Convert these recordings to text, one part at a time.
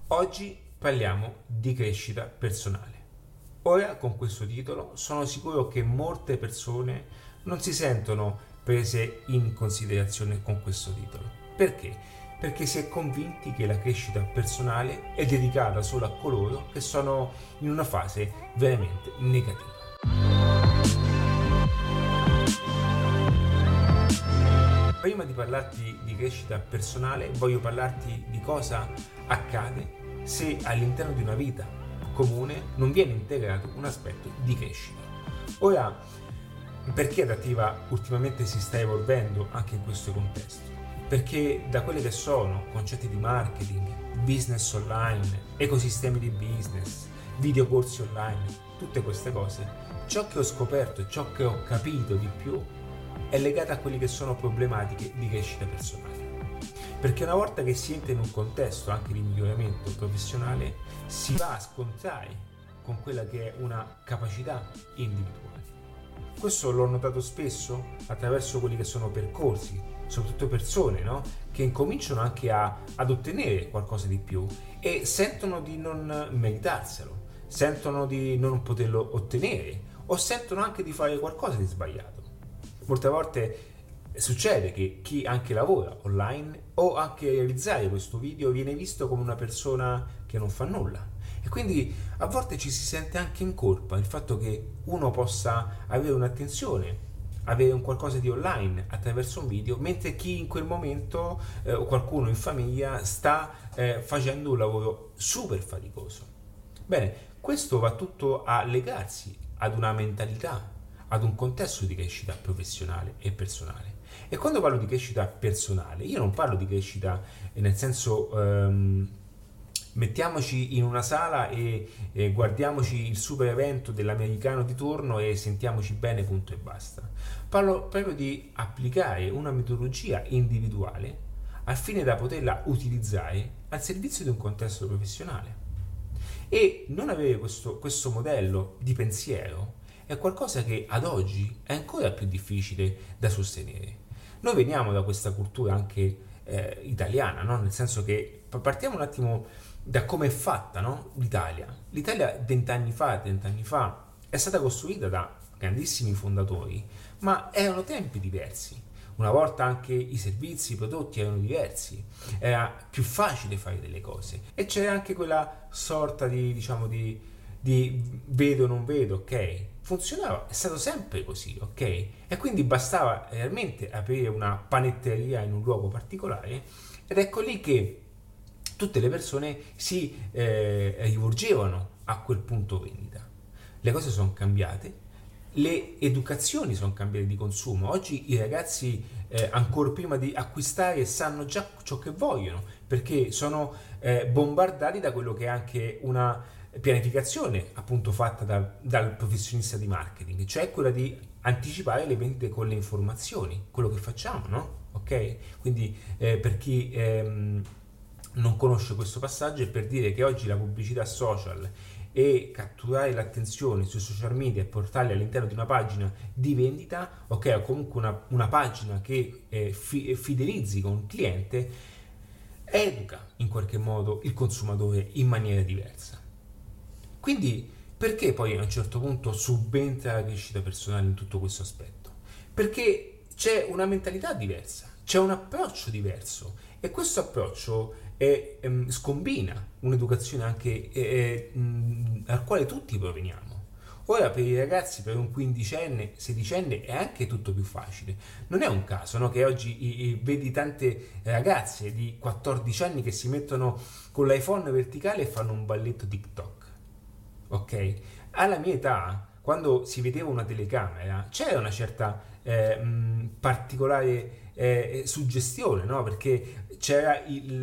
Oggi parliamo di crescita personale. Ora, con questo titolo, sono sicuro che molte persone non si sentono prese in considerazione con questo titolo. Perché? Perché si è convinti che la crescita personale è dedicata solo a coloro che sono in una fase veramente negativa. Prima di parlarti di crescita personale, voglio parlarti di cosa accade se all'interno di una vita comune non viene integrato un aspetto di crescita. Ora, perché Adattiva ultimamente si sta evolvendo anche in questo contesto? Perché da quelli che sono concetti di marketing, business online, ecosistemi di business, videocorsi online, tutte queste cose, ciò che ho scoperto e ciò che ho capito di più è legata a quelle che sono problematiche di crescita personale. Perché una volta che si entra in un contesto anche di miglioramento professionale, si va a scontrare con quella che è una capacità individuale. Questo l'ho notato spesso attraverso quelli che sono percorsi, soprattutto persone, no? Che incominciano anche ad ottenere qualcosa di più e sentono di non meritarselo, sentono di non poterlo ottenere o sentono anche di fare qualcosa di sbagliato. Molte volte succede che chi anche lavora online o anche realizzare questo video viene visto come una persona che non fa nulla e quindi a volte ci si sente anche in colpa il fatto che uno possa avere un'attenzione, avere un qualcosa di online attraverso un video, mentre chi in quel momento o qualcuno in famiglia sta facendo un lavoro super faticoso. Bene, questo va tutto a legarsi ad una mentalità, ad un contesto di crescita professionale e personale. E quando parlo di crescita personale, io non parlo di crescita nel senso mettiamoci in una sala e guardiamoci il super evento dell'americano di turno e sentiamoci bene, punto e basta. Parlo proprio di applicare una metodologia individuale al fine da poterla utilizzare al servizio di un contesto professionale. E non avere questo modello di pensiero è qualcosa che ad oggi è ancora più difficile da sostenere. Noi veniamo da questa cultura anche italiana, no? Nel senso che partiamo un attimo da come è fatta, no? L'Italia. L'Italia 30 anni fa è stata costruita da grandissimi fondatori, ma erano tempi diversi. Una volta anche i servizi, i prodotti erano diversi, era più facile fare delle cose e c'era anche quella sorta di vedo non vedo, ok? Funzionava, è stato sempre così, ok? E quindi bastava realmente aprire una panetteria in un luogo particolare ed ecco lì che tutte le persone si rivolgevano a quel punto vendita. Le cose sono cambiate, le educazioni sono cambiate di consumo. Oggi i ragazzi ancora prima di acquistare sanno già ciò che vogliono perché sono bombardati da quello che è anche una pianificazione appunto fatta dal professionista di marketing, cioè quella di anticipare le vendite con le informazioni, quello che facciamo, no? Ok? Quindi per chi non conosce questo passaggio è per dire che oggi la pubblicità social e catturare l'attenzione sui social media e portarli all'interno di una pagina di vendita, ok, o comunque una pagina che fidelizzi con il cliente, educa in qualche modo il consumatore in maniera diversa. Quindi perché poi a un certo punto subentra la crescita personale in tutto questo aspetto? Perché c'è una mentalità diversa, c'è un approccio diverso e questo approccio scombina un'educazione anche al quale tutti proveniamo. Ora per i ragazzi, per un quindicenne, sedicenne è anche tutto più facile. Non è un caso, no, che oggi vedi tante ragazze di 14 anni che si mettono con l'iPhone verticale e fanno un balletto TikTok. Ok? Alla mia età, quando si vedeva una telecamera, c'era una certa particolare suggestione, no? Perché c'era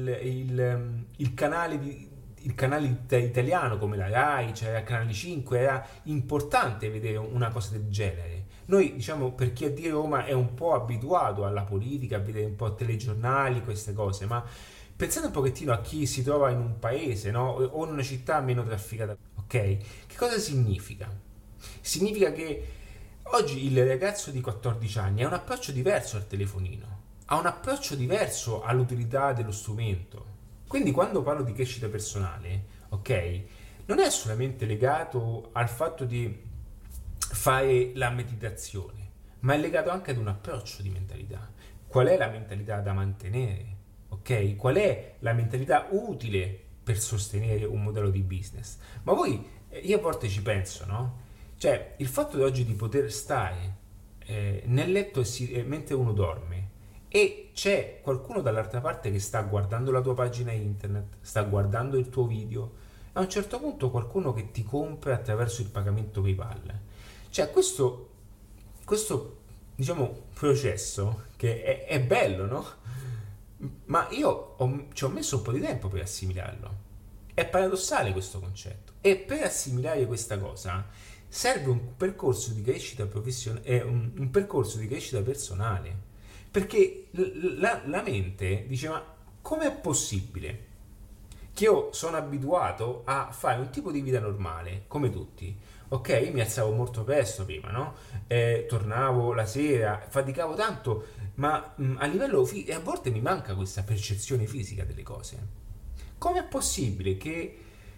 il canale italiano come la Rai, c'era il canale 5, era importante vedere una cosa del genere. Noi, diciamo, per chi è di Roma è un po' abituato alla politica, a vedere un po' telegiornali, queste cose, ma pensate un pochettino a chi si trova in un paese, no? O in una città meno trafficata, ok? Che cosa significa? Significa che oggi il ragazzo di 14 anni ha un approccio diverso al telefonino, ha un approccio diverso all'utilità dello strumento, Quindi quando parlo di crescita personale, ok, non è solamente legato al fatto di fare la meditazione, ma è legato anche ad un approccio di mentalità. Qual è la mentalità da mantenere? Ok? Qual è la mentalità utile per sostenere un modello di business? Ma voi, io a volte ci penso, no? Cioè, il fatto di oggi di poter stare nel letto mentre uno dorme e c'è qualcuno dall'altra parte che sta guardando la tua pagina internet, sta guardando il tuo video, a un certo punto qualcuno che ti compra attraverso il pagamento PayPal. Cioè, questo diciamo, processo che è bello, no? Ma ci ho messo un po' di tempo per assimilarlo. È paradossale questo concetto. E per assimilare questa cosa serve un percorso di crescita professionale, un percorso di crescita personale. Perché la mente dice: ma com'è possibile che io sono abituato a fare un tipo di vita normale, come tutti? Ok, mi alzavo molto presto prima, no? Tornavo la sera, faticavo tanto, ma a livello e a volte mi manca questa percezione fisica delle cose. Com'è possibile che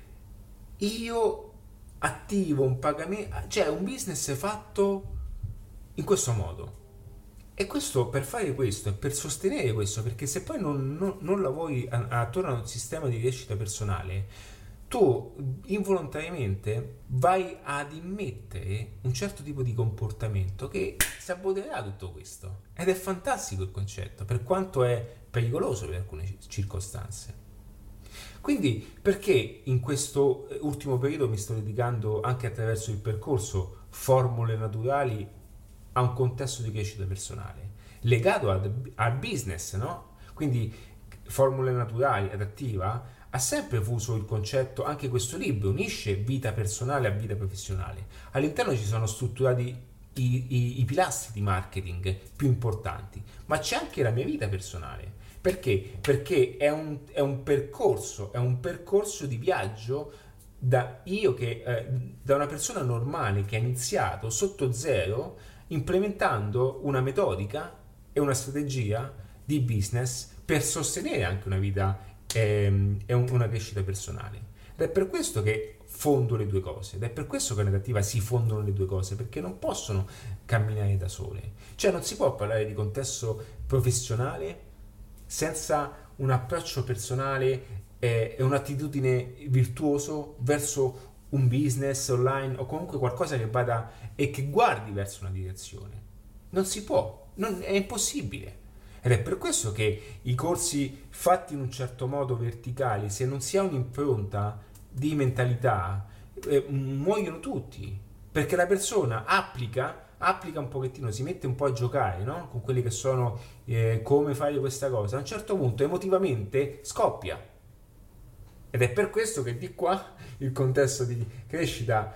io attivo un pagamento, cioè un business fatto in questo modo? E questo per fare questo e per sostenere questo, perché se poi non lavori attorno a un sistema di crescita personale, tu involontariamente vai ad immettere un certo tipo di comportamento che saboterà tutto questo. Ed è fantastico il concetto, per quanto è pericoloso per alcune circostanze. Quindi, perché in questo ultimo periodo mi sto dedicando anche attraverso il percorso formule naturali a un contesto di crescita personale legato al business, no? Quindi formule naturali, adattiva, ha sempre fuso il concetto, anche questo libro unisce vita personale a vita professionale. All'interno ci sono strutturati i pilastri di marketing più importanti, ma c'è anche la mia vita personale. Perché? Perché è un percorso di viaggio da una persona normale che ha iniziato sotto zero implementando una metodica e una strategia di business per sostenere anche una vita e una crescita personale. Ed è per questo che fondo le due cose, ed è per questo che in Adattiva si fondono le due cose, perché non possono camminare da sole. Cioè non si può parlare di contesto professionale senza un approccio personale e un'attitudine virtuoso verso un business online o comunque qualcosa che vada e che guardi verso una direzione. Non si può, è impossibile. Ed è per questo che i corsi fatti in un certo modo verticali, se non si ha un'impronta di mentalità, muoiono tutti. Perché la persona applica un pochettino, si mette un po' a giocare, no? Con quelli che sono come fare questa cosa. A un certo punto emotivamente scoppia. Ed è per questo che di qua il contesto di crescita,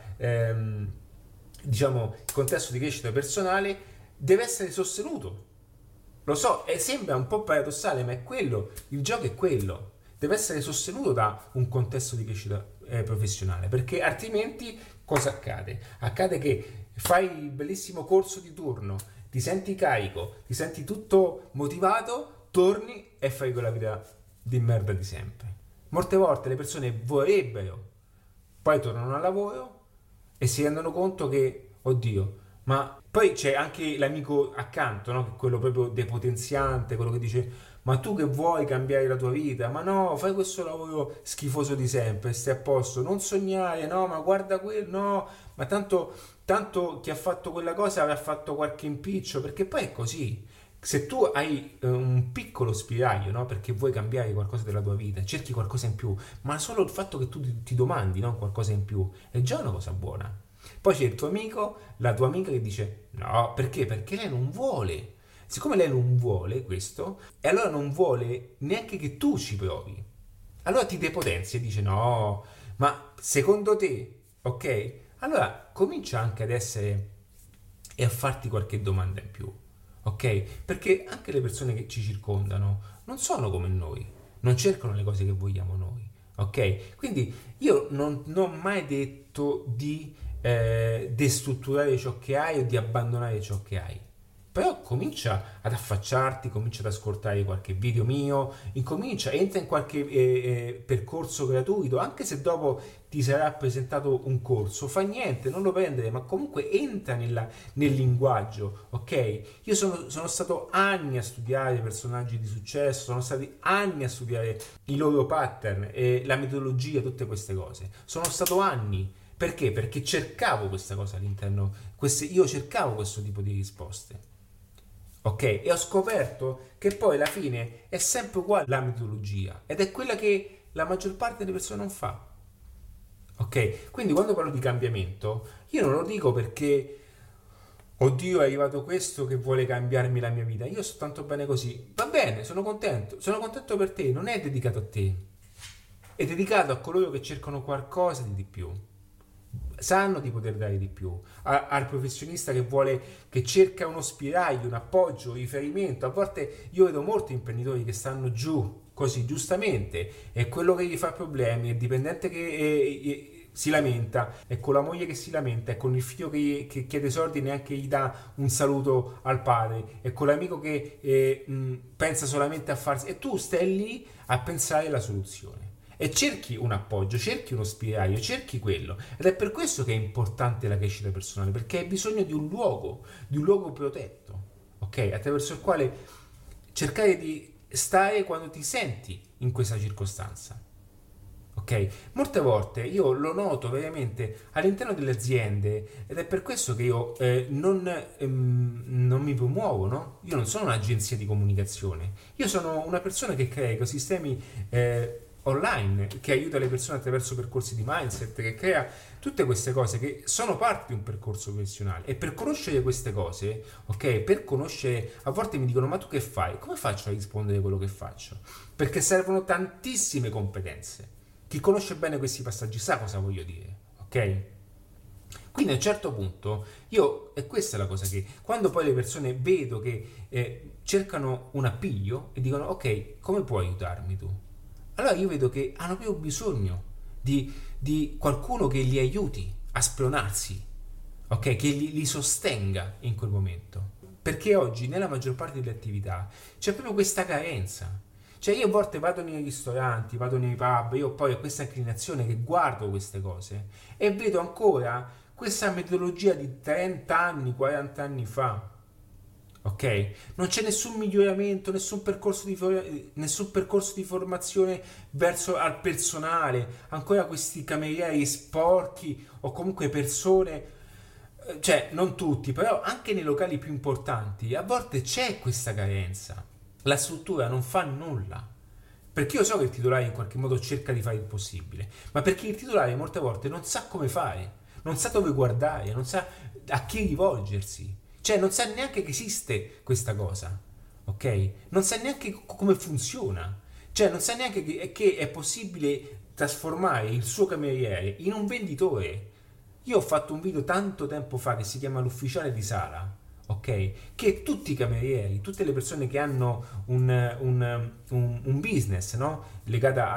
diciamo, il contesto di crescita personale deve essere sostenuto. Lo so, sembra un po' paradossale, ma è quello, il gioco è quello. Deve essere sostenuto da un contesto di crescita professionale, perché altrimenti cosa accade? Accade che fai il bellissimo corso di turno, ti senti carico, ti senti tutto motivato, torni e fai quella vita di merda di sempre. Molte volte le persone vorrebbero, poi tornano al lavoro e si rendono conto che, oddio, ma poi c'è anche l'amico accanto, no? Che è quello proprio depotenziante, quello che dice: ma tu che vuoi cambiare la tua vita? Ma no, fai questo lavoro schifoso di sempre, stai a posto, non sognare, no, ma guarda quello, no, ma tanto chi ha fatto quella cosa avrà fatto qualche impiccio, perché poi è così. Se tu hai un piccolo spiraglio, no? Perché vuoi cambiare qualcosa della tua vita, cerchi qualcosa in più, ma solo il fatto che tu ti domandi, no? Qualcosa in più, è già una cosa buona. Poi c'è il tuo amico, la tua amica che dice: no, perché? Perché lei non vuole. Siccome lei non vuole questo, e allora non vuole neanche che tu ci provi. Allora ti depotenzi e dice: no, ma secondo te, ok? Allora comincia anche ad essere e a farti qualche domanda in più, ok? Perché anche le persone che ci circondano non sono come noi, non cercano le cose che vogliamo noi, ok? Quindi io non ho mai detto di destrutturare ciò che hai o di abbandonare ciò che hai, però comincia ad affacciarti, comincia ad ascoltare qualche video mio, entra in qualche percorso gratuito, anche se dopo ti sarà presentato un corso, fa niente, non lo prendere, ma comunque entra nel linguaggio, ok? Io sono stato anni a studiare personaggi di successo, sono stati anni a studiare i loro pattern, la metodologia, tutte queste cose. Sono stato anni. Perché? Perché cercavo questa cosa all'interno, io cercavo questo tipo di risposte. Ok? E ho scoperto che poi alla fine è sempre uguale la metodologia ed è quella che la maggior parte delle persone non fa. Ok? Quindi quando parlo di cambiamento, io non lo dico perché oddio è arrivato questo che vuole cambiarmi la mia vita. Io sto tanto bene così. Va bene, sono contento per te, non è dedicato a te. È dedicato a coloro che cercano qualcosa di più, sanno di poter dare di più, al professionista che cerca uno spiraglio, un appoggio, un riferimento. A volte io vedo molti imprenditori che stanno giù così giustamente, è quello che gli fa problemi, è il dipendente che si lamenta, è con la moglie che si lamenta, è con il figlio che chiede soldi e neanche gli dà un saluto al padre, è con l'amico che pensa solamente a farsi, e tu stai lì a pensare alla soluzione. E cerchi un appoggio, cerchi uno spiraglio, cerchi quello. Ed è per questo che è importante la crescita personale, perché hai bisogno di un luogo protetto, ok? Attraverso il quale cercare di stare quando ti senti in questa circostanza. Ok? Molte volte io lo noto veramente all'interno delle aziende ed è per questo che io non mi promuovo, no? Io non sono un'agenzia di comunicazione, io sono una persona che crea ecosistemi online, che aiuta le persone attraverso percorsi di mindset, che crea tutte queste cose che sono parte di un percorso professionale. E per conoscere queste cose, ok? Per conoscere, a volte mi dicono: ma tu che fai? Come faccio a rispondere a quello che faccio? Perché servono tantissime competenze. Chi conosce bene questi passaggi sa cosa voglio dire, ok? Quindi a un certo punto e questa è la cosa che quando poi le persone vedo che cercano un appiglio e dicono: ok, come puoi aiutarmi tu? Allora io vedo che hanno proprio bisogno di qualcuno che li aiuti a spronarsi, ok? Che li sostenga in quel momento. Perché oggi nella maggior parte delle attività c'è proprio questa carenza. Cioè io a volte vado nei ristoranti, vado nei pub, io poi ho questa inclinazione che guardo queste cose e vedo ancora questa metodologia di 30 anni, 40 anni fa. Ok? Non c'è nessun miglioramento, nessun percorso di formazione verso al personale, ancora questi camerieri sporchi o comunque persone, cioè non tutti, però anche nei locali più importanti a volte c'è questa carenza. La struttura non fa nulla. Perché io so che il titolare in qualche modo cerca di fare il possibile, ma perché il titolare molte volte non sa come fare, non sa dove guardare, non sa a chi rivolgersi. Cioè non sa neanche che esiste questa cosa, ok? Non sa neanche come funziona. Cioè non sa neanche che è possibile trasformare il suo cameriere in un venditore. Io ho fatto un video tanto tempo fa che si chiama L'ufficiale di Sala, ok? Che tutti i camerieri, tutte le persone che hanno un business, no? Legata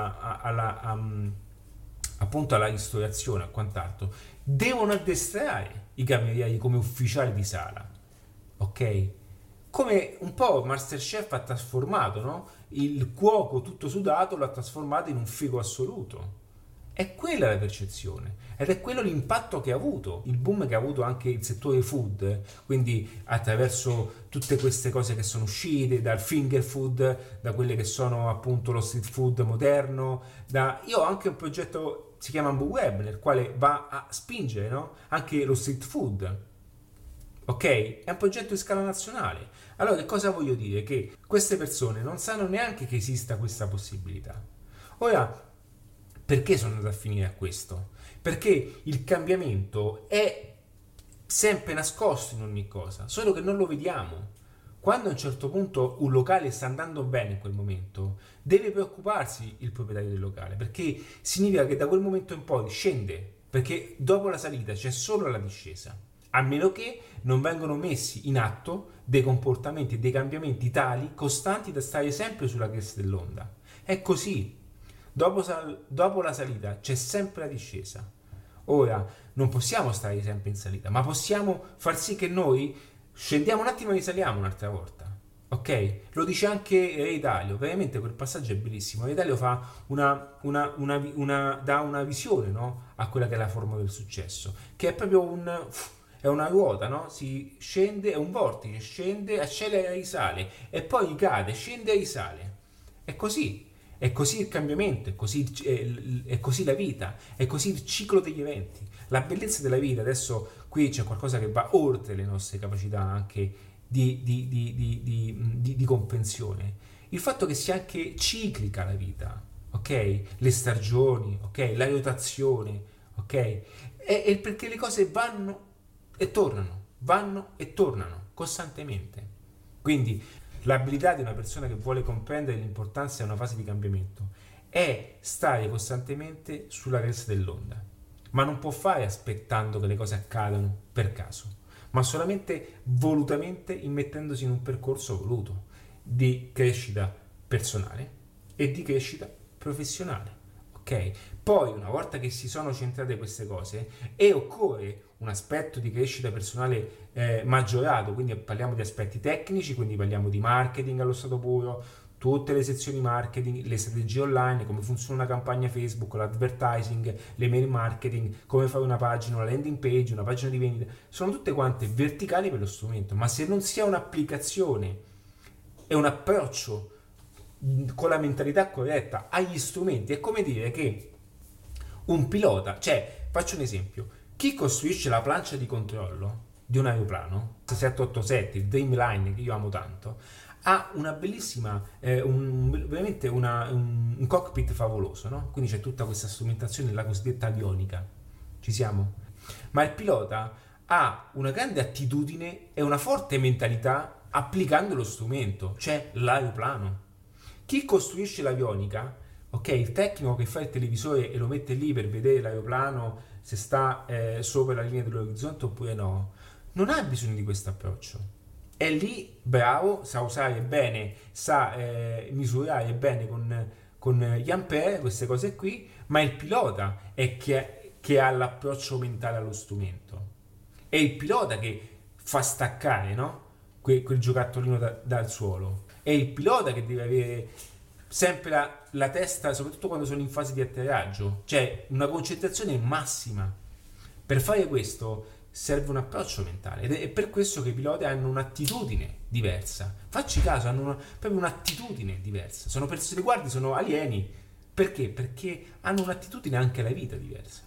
appunto alla ristorazione e quant'altro, devono addestrare i camerieri come ufficiali di sala, ok? Come un po' Masterchef ha trasformato, no? Il cuoco tutto sudato l'ha trasformato in un figo assoluto. È quella la percezione ed è quello l'impatto che ha avuto, il boom che ha avuto anche il settore food, quindi attraverso tutte queste cose che sono uscite, dal finger food, da quelle che sono appunto lo street food moderno, io ho anche un progetto, si chiama Ambu Web, nel quale va a spingere, no? Anche lo street food. Ok? È un progetto di scala nazionale. Allora che cosa voglio dire? Che queste persone non sanno neanche che esista questa possibilità. Ora, perché sono andato a finire a questo? Perché il cambiamento è sempre nascosto in ogni cosa, solo che non lo vediamo. Quando a un certo punto un locale sta andando bene in quel momento, deve preoccuparsi il proprietario del locale, perché significa che da quel momento in poi scende, perché dopo la salita c'è solo la discesa, a meno che non vengono messi in atto dei comportamenti e dei cambiamenti tali, costanti, da stare sempre sulla cresta dell'onda. È così. Dopo la salita c'è sempre la discesa. Ora, non possiamo stare sempre in salita, ma possiamo far sì che noi Scendiamo un attimo e risaliamo un'altra volta. Ok? Lo dice anche Ray Dalio. Veramente quel passaggio è bellissimo. Ray Dalio fa dà una visione, no? A quella che è la formula del successo, che è proprio è una ruota, no? Si scende, è un vortice, scende, accelera e risale, e poi cade, scende e risale. È così. È così il cambiamento, è così la vita, è così il ciclo degli eventi. La bellezza della vita, adesso qui c'è qualcosa che va oltre le nostre capacità anche di comprensione. Il fatto che sia anche ciclica la vita, ok? Le stagioni, ok? La rotazione, ok? È perché le cose vanno e tornano costantemente. Quindi l'abilità di una persona che vuole comprendere l'importanza di una fase di cambiamento è stare costantemente sulla cresta dell'onda, ma non può fare aspettando che le cose accadano per caso, ma solamente volutamente immettendosi in un percorso voluto di crescita personale e di crescita professionale. Ok? Poi, una volta che si sono centrate queste cose e occorre un aspetto di crescita personale maggiorato, quindi parliamo di aspetti tecnici, quindi parliamo di marketing allo stato puro, tutte le sezioni marketing, le strategie online, come funziona una campagna Facebook, l'advertising, l'email marketing, come fare una pagina, una landing page, una pagina di vendita, sono tutte quante verticali per lo strumento, ma se non si ha un'applicazione e un approccio con la mentalità corretta agli strumenti, è come dire che un pilota, cioè faccio un esempio, chi costruisce la plancia di controllo di un aeroplano, 787, il Dreamliner che io amo tanto, ha una bellissima, veramente un cockpit favoloso, no? Quindi c'è tutta questa strumentazione, la cosiddetta avionica, ci siamo? Ma il pilota ha una grande attitudine e una forte mentalità applicando lo strumento, cioè l'aeroplano. Chi costruisce l'avionica, ok, il tecnico che fa il televisore e lo mette lì per vedere l'aeroplano se sta sopra la linea dell'orizzonte oppure no, non ha bisogno di questo approccio. È lì bravo, sa usare bene, sa misurare bene con gli ampere, queste cose qui, ma il pilota è che ha l'approccio mentale allo strumento. È il pilota che fa staccare, no? Quel giocattolino dal suolo. È il pilota che deve avere sempre la testa, soprattutto quando sono in fase di atterraggio, cioè una concentrazione massima. Per fare questo serve un approccio mentale ed è per questo che i piloti hanno un'attitudine diversa. Facci caso, hanno proprio un'attitudine diversa. Sono persone, guardi, sono alieni. Perché? Perché hanno un'attitudine anche alla vita diversa.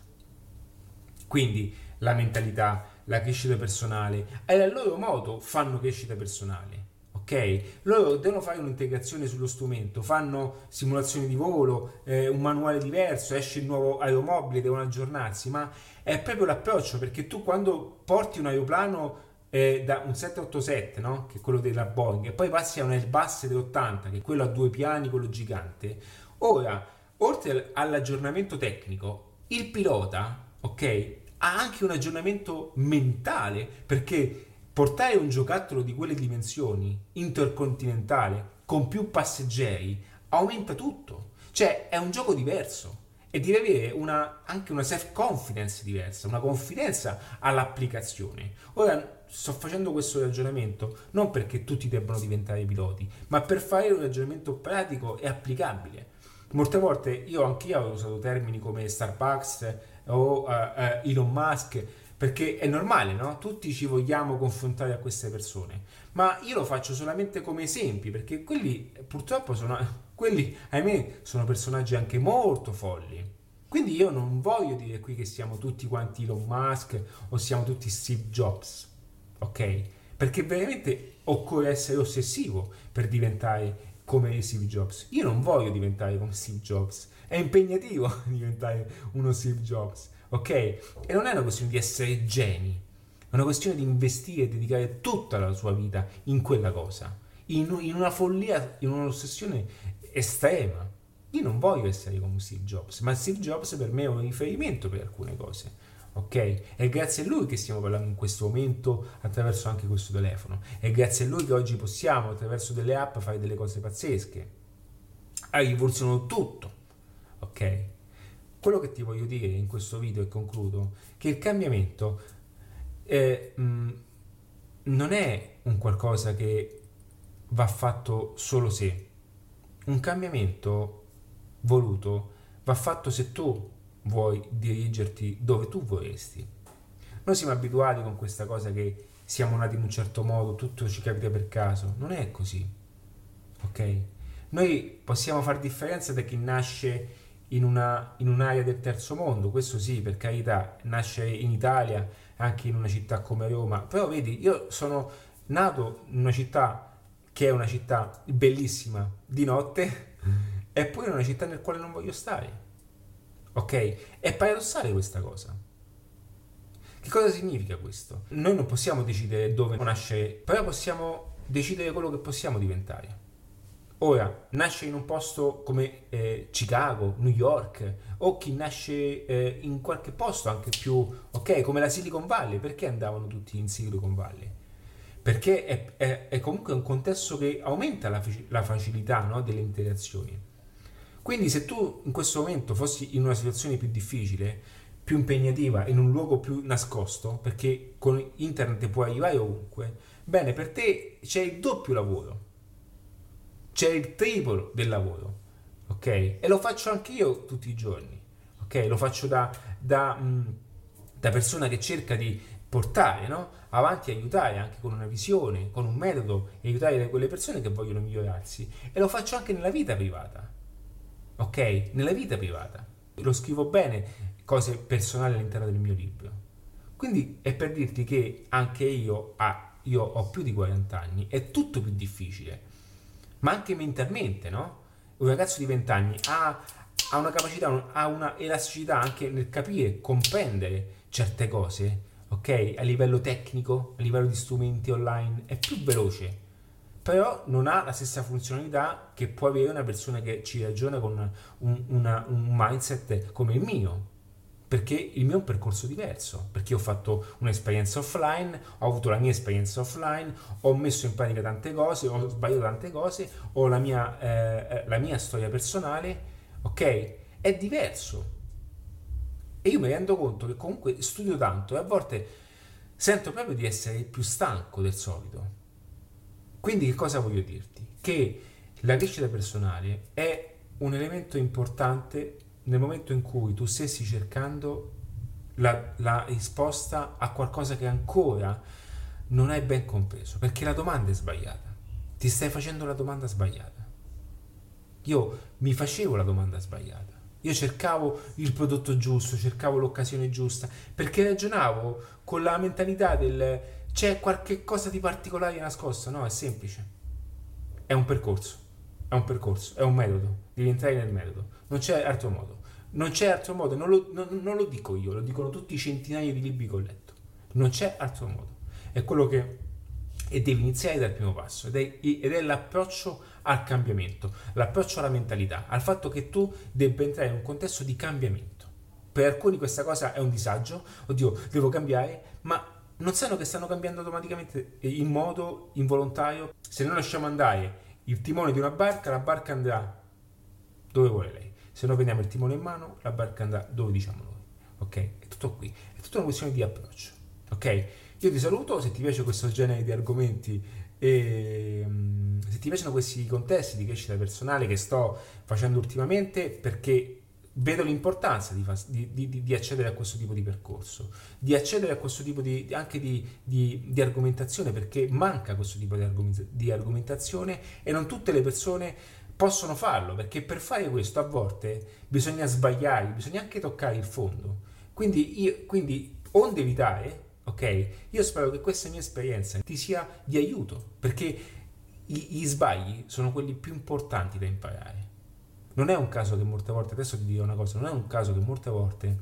Quindi la mentalità, la crescita personale, e a loro modo fanno crescita personale. Ok? Loro devono fare un'integrazione sullo strumento, fanno simulazioni di volo, un manuale diverso, esce il nuovo aeromobile, devono aggiornarsi, ma è proprio l'approccio, perché tu quando porti un aeroplano da un 787, no? Che è quello della Boeing, e poi passi a un Airbus dell'80, che è quello a due piani, quello gigante, ora, oltre all'aggiornamento tecnico, il pilota, ok, ha anche un aggiornamento mentale, perché portare un giocattolo di quelle dimensioni, intercontinentale, con più passeggeri, aumenta tutto. Cioè, è un gioco diverso e deve avere anche una self-confidence diversa, una confidenza all'applicazione. Ora, sto facendo questo ragionamento non perché tutti debbano diventare piloti, ma per fare un ragionamento pratico e applicabile. Molte volte anche io ho usato termini come Starbucks o Elon Musk, perché è normale, no? Tutti ci vogliamo confrontare a queste persone, ma io lo faccio solamente come esempi, perché quelli purtroppo ahimè, sono personaggi anche molto folli. Quindi io non voglio dire qui che siamo tutti quanti Elon Musk o siamo tutti Steve Jobs, ok? Perché veramente occorre essere ossessivo per diventare come Steve Jobs. Io non voglio diventare come Steve Jobs, è impegnativo diventare uno Steve Jobs, ok? E non è una questione di essere geni, è una questione di investire e dedicare tutta la sua vita in quella cosa, in una follia, in un'ossessione estrema. Io non voglio essere come Steve Jobs, ma Steve Jobs per me è un riferimento per alcune cose, ok? È grazie a lui che stiamo parlando in questo momento attraverso anche questo telefono, è grazie a lui che oggi possiamo attraverso delle app fare delle cose pazzesche, ha rivoluzionato tutto, ok? Quello che ti voglio dire in questo video e concludo, che il cambiamento non è un qualcosa che va fatto solo se. Un cambiamento voluto va fatto se tu vuoi dirigerti dove tu vorresti. Noi siamo abituati con questa cosa che siamo nati in un certo modo, tutto ci capita per caso. Non è così, ok? Noi possiamo fare differenza da chi nasce in un'area del terzo mondo, questo sì, per carità, nasce in Italia, anche in una città come Roma, però vedi, io sono nato in una città che è una città bellissima di notte, eppure è una città nel quale non voglio stare, ok? È paradossale questa cosa. Che cosa significa questo? Noi non possiamo decidere dove nasce, però possiamo decidere quello che possiamo diventare. Ora, nasce in un posto come Chicago, New York, o chi nasce in qualche posto anche più, ok, come la Silicon Valley. Perché andavano tutti in Silicon Valley? Perché è comunque un contesto che aumenta la facilità, no, delle interazioni. Quindi se tu in questo momento fossi in una situazione più difficile, più impegnativa, in un luogo più nascosto, perché con internet puoi arrivare ovunque, bene, per te c'è il doppio lavoro, c'è il triplo del lavoro, ok? E lo faccio anche io tutti i giorni, ok? Lo faccio da persona che cerca di portare, no, avanti e aiutare anche con una visione, con un metodo, e aiutare quelle persone che vogliono migliorarsi. E lo faccio anche nella vita privata, ok? Nella vita privata. Lo scrivo bene, cose personali all'interno del mio libro. Quindi è per dirti che anche io ho più di 40 anni, è tutto più difficile, ma anche mentalmente, no? Un ragazzo di 20 anni ha una capacità, ha una elasticità anche nel capire, comprendere certe cose, ok? A livello tecnico, a livello di strumenti online, è più veloce, però non ha la stessa funzionalità che può avere una persona che ci ragiona con un mindset come il mio, perché il mio è un percorso diverso, perché ho fatto un'esperienza offline, ho avuto la mia esperienza offline, ho messo in pratica tante cose, ho sbagliato tante cose, ho la mia storia personale, ok? È diverso. E io mi rendo conto che comunque studio tanto e a volte sento proprio di essere più stanco del solito. Quindi che cosa voglio dirti? Che la crescita personale è un elemento importante nel momento in cui tu stessi cercando la risposta a qualcosa che ancora non hai ben compreso, perché la domanda è sbagliata. Ti stai facendo la domanda sbagliata. Io mi facevo la domanda sbagliata. Io cercavo il prodotto giusto, cercavo l'occasione giusta, perché ragionavo con la mentalità del c'è qualche cosa di particolare nascosto. No, è semplice. È un percorso, è un percorso, è un metodo. Devi entrare nel metodo. Non c'è altro modo. Non c'è altro modo, non lo dico io, lo dicono tutti i centinaia di libri che ho letto. Non c'è altro modo. È quello che e devi iniziare dal primo passo ed è l'approccio al cambiamento, l'approccio alla mentalità, al fatto che tu debba entrare in un contesto di cambiamento. Per alcuni questa cosa è un disagio, oddio, devo cambiare, ma non sanno che stanno cambiando automaticamente in modo involontario. Se noi lasciamo andare il timone di una barca, la barca andrà dove vuole lei. Se noi prendiamo il timone in mano, la barca andrà dove diciamo noi. Ok? È tutto qui. È tutta una questione di approccio. Ok? Io ti saluto, se ti piace questo genere di argomenti e se ti piacciono questi contesti di crescita personale che sto facendo ultimamente, perché vedo l'importanza di accedere a questo tipo di percorso, di accedere a questo tipo anche di argomentazione, perché manca questo tipo di argomentazione e non tutte le persone possono farlo, perché per fare questo a volte bisogna sbagliare, bisogna anche toccare il fondo. Quindi onde evitare, ok? Io spero che questa mia esperienza ti sia di aiuto, perché gli sbagli sono quelli più importanti da imparare. Non è un caso che molte volte, adesso ti dirò una cosa, non è un caso che molte volte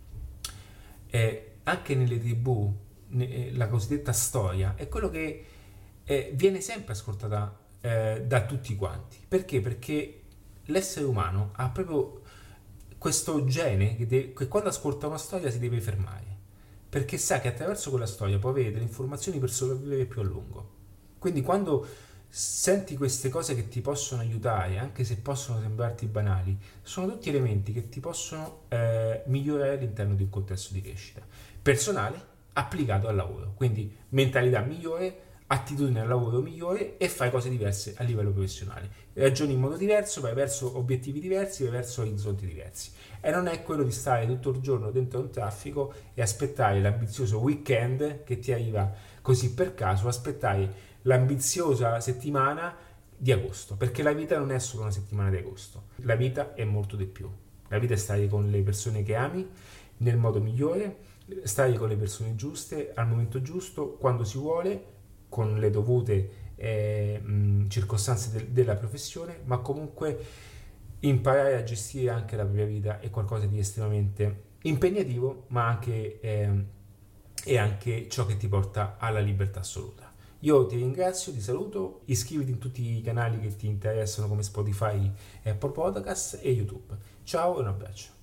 anche nelle tribù, la cosiddetta storia, è quello che viene sempre ascoltata da tutti quanti. Perché? Perché l'essere umano ha proprio questo gene che quando ascolta una storia si deve fermare, perché sa che attraverso quella storia può avere delle informazioni per sopravvivere più a lungo. Quindi quando senti queste cose che ti possono aiutare, anche se possono sembrarti banali, sono tutti elementi che ti possono migliorare all'interno di un contesto di crescita personale, applicato al lavoro. Quindi mentalità migliore, attitudine al lavoro migliore e fai cose diverse a livello professionale. Ragioni in modo diverso, vai verso obiettivi diversi, vai verso orizzonti diversi. E non è quello di stare tutto il giorno dentro un traffico e aspettare l'ambizioso weekend che ti arriva così per caso, aspettare l'ambiziosa settimana di agosto, perché la vita non è solo una settimana di agosto, la vita è molto di più. La vita è stare con le persone che ami nel modo migliore, stare con le persone giuste al momento giusto, quando si vuole, con le dovute circostanze della professione, ma comunque imparare a gestire anche la propria vita è qualcosa di estremamente impegnativo, ma anche, è anche ciò che ti porta alla libertà assoluta. Io ti ringrazio, ti saluto, iscriviti in tutti i canali che ti interessano come Spotify, Apple Podcast e YouTube. Ciao e un abbraccio.